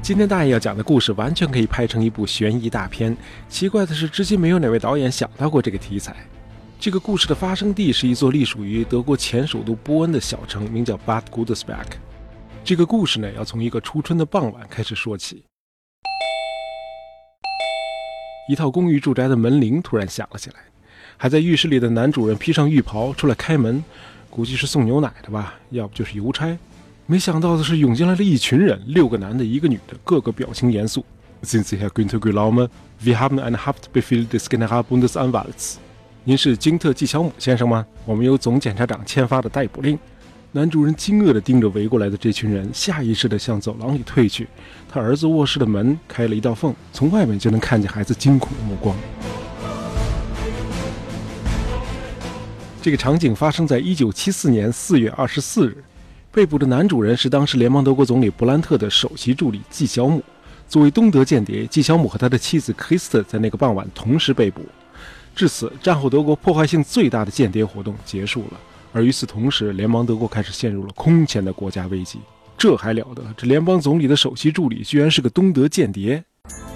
今天大爷要讲的故事完全可以拍成一部悬疑大片，奇怪的是至今没有哪位导演想到过这个题材。这个故事的发生地是一座隶属于德国前首都波恩的小城，名叫 Bad Godesberg。 这个故事呢，要从一个初春的傍晚开始说起。一套公寓住宅的门铃突然响了起来，还在浴室里的男主人披上浴袍出来开门，估计是送牛奶的吧，要不就是邮差。没想到的是，涌进来了一群人，6个男的1个女的，个个表情严肃。Sind Sie Herr Günther Guillaume? Wir haben einen Haftbefehl des Generalbundesanwalts。 您是金特纪晓姆先生吗？我们有总检察长签发的逮捕令。男主人惊愕地盯着围过来的这群人，下意识地向走廊里退去。他儿子卧室的门开了一道缝，从外面就能看见孩子惊恐的目光。这个场景发生在1974年4月24日。被捕的男主人是当时联邦德国总理勃兰特的首席助理纪晓姆。作为东德间谍，纪晓姆和他的妻子克里斯特在那个傍晚同时被捕。至此，战后德国破坏性最大的间谍活动结束了。而与此同时，联邦德国开始陷入了空前的国家危机。这还了得，这联邦总理的首席助理居然是个东德间谍。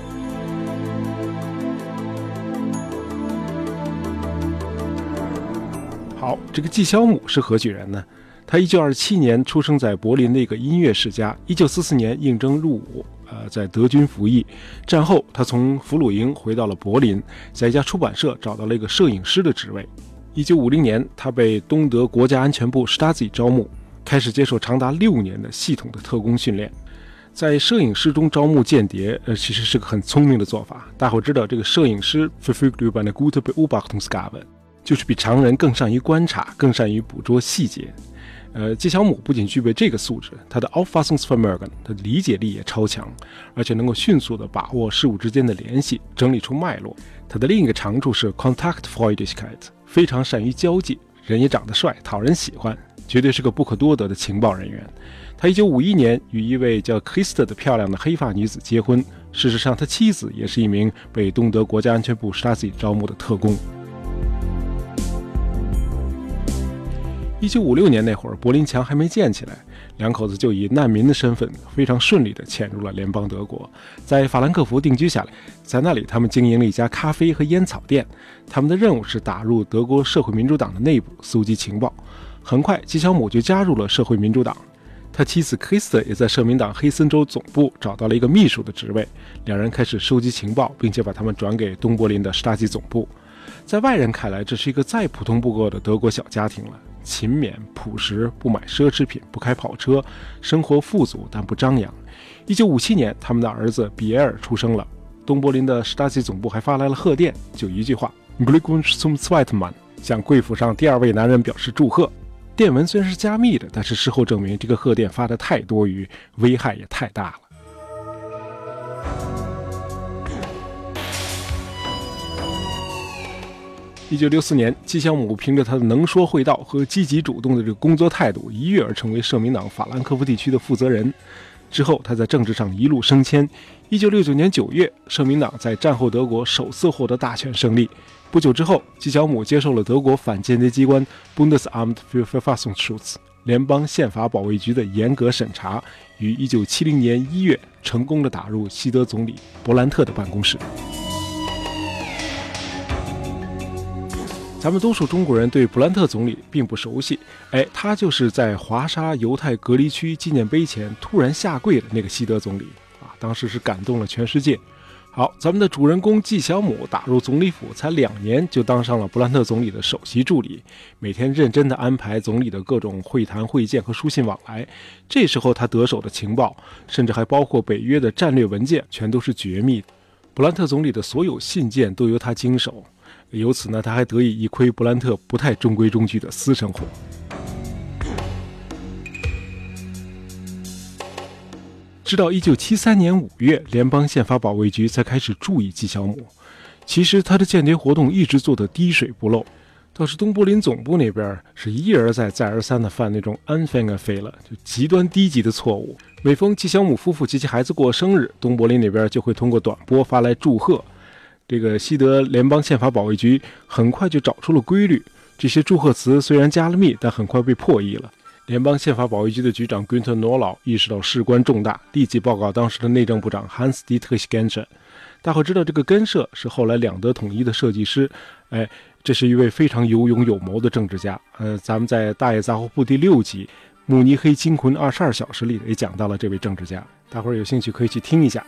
好，这个纪晓姆是何许人呢？他1927年出生在柏林的一个音乐世家，1944年应征入伍，在德军服役。战后，他从俘虏营回到了柏林，在一家出版社找到了一个摄影师的职位。1950年，他被东德国家安全部 Stasi 招募，开始接受长达6年的系统的特工训练。在摄影师中招募间谍，其实是个很聪明的做法。大伙知道，这个摄影师 verfügt über eine gute Beobachtungsgabe， 就是比常人更善于观察，更善于捕捉细节。纪晓姆不仅具备这个素质，他的 Auffassungsvermögen， 他的理解力也超强，而且能够迅速地把握事物之间的联系，整理出脉络。他的另一个长处是 Kontaktfreudigkeit， 非常善于交际，人也长得帅，讨人喜欢，绝对是个不可多得的情报人员。他1951年与一位叫 Christa 的漂亮的黑发女子结婚，事实上他妻子也是一名被东德国家安全部 Stasi 招募的特工。1956年那会儿，柏林墙还没建起来，两口子就以难民的身份非常顺利地潜入了联邦德国，在法兰克福定居下来。在那里，他们经营了一家咖啡和烟草店。他们的任务是打入德国社会民主党的内部，搜集情报。很快，纪晓姆就加入了社会民主党。他妻子 Christa 也在社民党黑森州总部找到了一个秘书的职位。两人开始收集情报，并且把他们转给东柏林的 Stasi 总部。在外人看来，这是一个再普通不过的德国小家庭了。勤勉朴实，不买奢侈品，不开跑车，生活富足但不张扬。1957年，他们的儿子比耶尔出生了。东柏林的 Stasi 总部还发来了贺电，就一句话 Glückwunsch zum zweiten Mann， 向贵府上第2位男人表示祝贺。电文虽然是加密的，但是事后证明这个贺电发得太多余，危害也太大了。1964年，纪晓姆凭着他的能说会道和积极主动的这个工作态度，一跃而成为社民党法兰克福地区的负责人。之后，他在政治上一路升迁。1969年9月，社民党在战后德国首次获得大选胜利。不久之后，纪晓姆接受了德国反间谍机关 Bundesamt für Verfassungsschutz 联邦宪法保卫局的严格审查，于1970年1月成功地打入西德总理勃兰特的办公室。咱们多数中国人对勃兰特总理并不熟悉，他就是在华沙犹太隔离区纪念碑前突然下跪的那个西德总理啊，当时是感动了全世界。好，咱们的主人公纪晓姆打入总理府才2年，就当上了勃兰特总理的首席助理，每天认真地安排总理的各种会谈、会见和书信往来。这时候他得手的情报，甚至还包括北约的战略文件，全都是绝密的。勃兰特总理的所有信件都由他经手。由此呢，他还得以一窥勃兰特不太中规中矩的私生活。直到1973年5月，联邦宪法保卫局才开始注意纪晓姆。其实他的间谍活动一直做得滴水不漏，倒是东柏林总部那边是一而再再而三地犯那种Anfängerfehler，就极端低级的错误。每逢纪晓姆夫妇及其孩子过生日，东柏林那边就会通过短波发来祝贺。这个西德联邦宪法保卫局很快就找出了规律，这些祝贺词虽然加了密，但很快被破译了。 联邦宪法保卫局的局长 Günther Norlau 意识到事关重大，立即报告当时的内政部长 Hans-Dietrich Genscher。大伙知道这个根社是后来两德统一的设计师，这是一位非常有勇有谋的政治家。咱们在大爷杂货铺第6集《慕尼黑惊魂22小时》里也讲到了这位政治家，大伙有兴趣可以去听一下。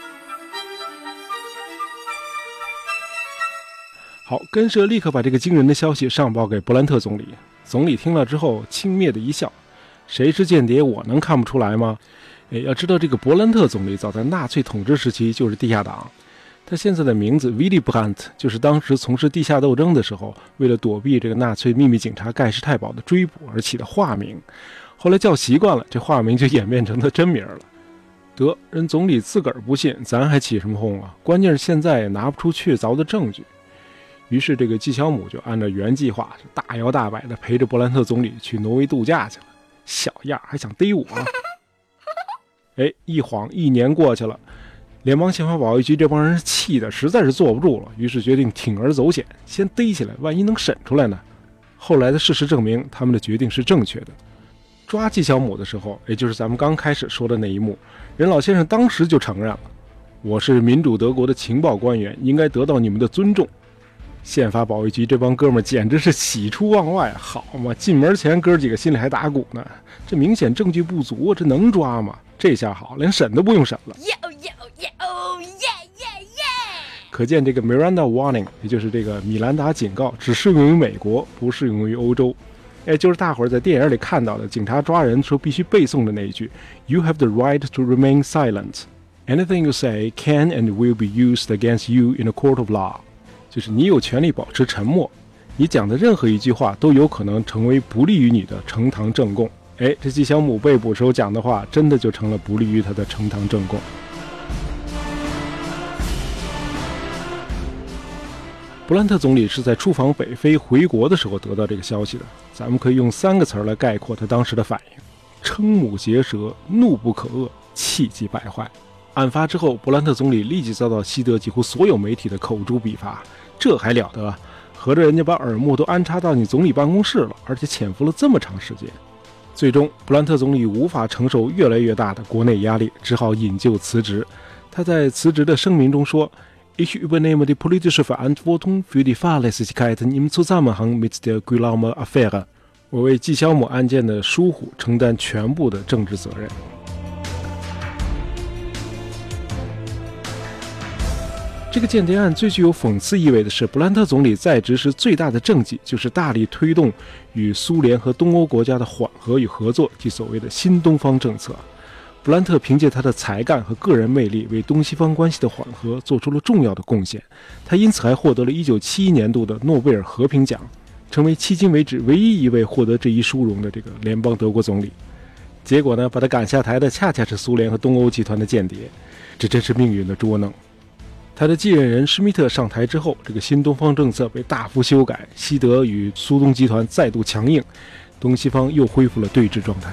好，根社立刻把这个惊人的消息上报给勃兰特总理。总理听了之后轻蔑的一笑：“谁是间谍，我能看不出来吗？”要知道这个勃兰特总理早在纳粹统治时期就是地下党，他现在的名字 Willy Brandt 就是当时从事地下斗争的时候，为了躲避这个纳粹秘密警察盖世太保的追捕而起的化名，后来叫习惯了，这化名就演变成他真名了。得，人总理自个儿不信，咱还起什么哄啊？关键是现在也拿不出确凿的证据。于是这个纪晓姆就按照原计划，大摇大摆地陪着勃兰特总理去挪威度假去了。小样还想逮我？一晃1年过去了，联邦宪法保卫局这帮人气的实在是坐不住了，于是决定铤而走险，先逮起来，万一能审出来呢？后来的事实证明，他们的决定是正确的。抓纪晓姆的时候，也就是咱们刚开始说的那一幕，任老先生当时就承认了：“我是民主德国的情报官员，应该得到你们的尊重。”宪法保卫局这帮哥们简直是喜出望外，好嘛！进门前哥几个心里还打鼓呢，这明显证据不足，这能抓吗？这下好，连审都不用审了。可见这个 Miranda Warning， 也就是这个米兰达警告，只适用于美国，不适用于欧洲。就是大伙儿在电影里看到的，警察抓人时候必须背诵的那一句 ：“You have the right to remain silent. Anything you say can and will be used against you in a court of law。”就是你有权利保持沉默，你讲的任何一句话都有可能成为不利于你的呈堂证供。这纪晓姆被捕时候讲的话，真的就成了不利于他的呈堂证供。勃兰特总理是在出访北非回国的时候得到这个消息的，咱们可以用3个词来概括他当时的反应：瞠目结舌、怒不可遏、气急败坏。案发之后，勃兰特总理立即遭到西德几乎所有媒体的口诛笔伐，这还了得啊！合着人家把耳目都安插到你总理办公室了，而且潜伏了这么长时间。最终，勃兰特总理无法承受越来越大的国内压力，只好引咎辞职。他在辞职的声明中说：“Ich übernehme die politische Verantwortung für die Fahrlässigkeiten im Zusammenhang mit der Guillaume Affäre。”我为纪晓姆案件的疏忽承担全部的政治责任。这个间谍案最具有讽刺意味的是，勃兰特总理在职时最大的政绩就是大力推动与苏联和东欧国家的缓和与合作，即所谓的新东方政策。勃兰特凭借他的才干和个人魅力，为东西方关系的缓和做出了重要的贡献。他因此还获得了1971年度的诺贝尔和平奖，成为迄今为止唯一一位获得这一殊荣的这个联邦德国总理。结果呢，把他赶下台的恰恰是苏联和东欧集团的间谍，这真是命运的捉弄。他的继任人施密特上台之后，这个新东方政策被大幅修改，西德与苏东集团再度强硬，东西方又恢复了对峙状态。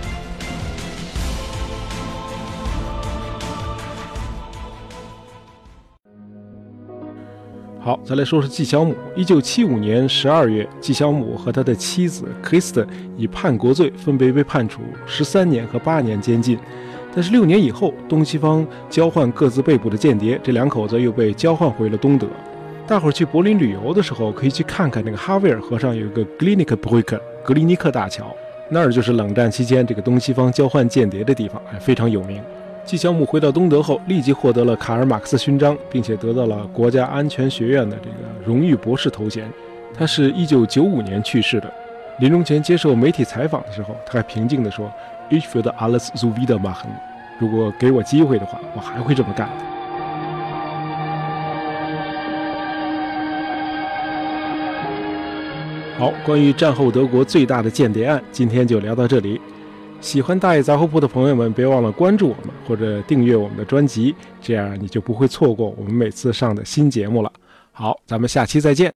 好，再来说说纪晓姆。1975年12月，纪晓姆和他的妻子 Kristen 以叛国罪分别被判处13年和8年监禁。但是6年以后，东西方交换各自被捕的间谍，这2口子又被交换回了东德。大伙儿去柏林旅游的时候，可以去看看那个哈维尔河上有一个 Glienicke-Brücke 格里尼克大桥，那儿就是冷战期间这个东西方交换间谍的地方，非常有名。纪晓姆回到东德后，立即获得了卡尔马克思勋章，并且得到了国家安全学院的这个荣誉博士头衔。他是1995年去世的。临终前接受媒体采访的时候，他还平静地说：“Ich würde alles so wieder machen。”如果给我机会的话，我还会这么干。好，关于战后德国最大的间谍案，今天就聊到这里。喜欢大爷杂货铺的朋友们，别忘了关注我们或者订阅我们的专辑，这样你就不会错过我们每次上的新节目了。好，咱们下期再见。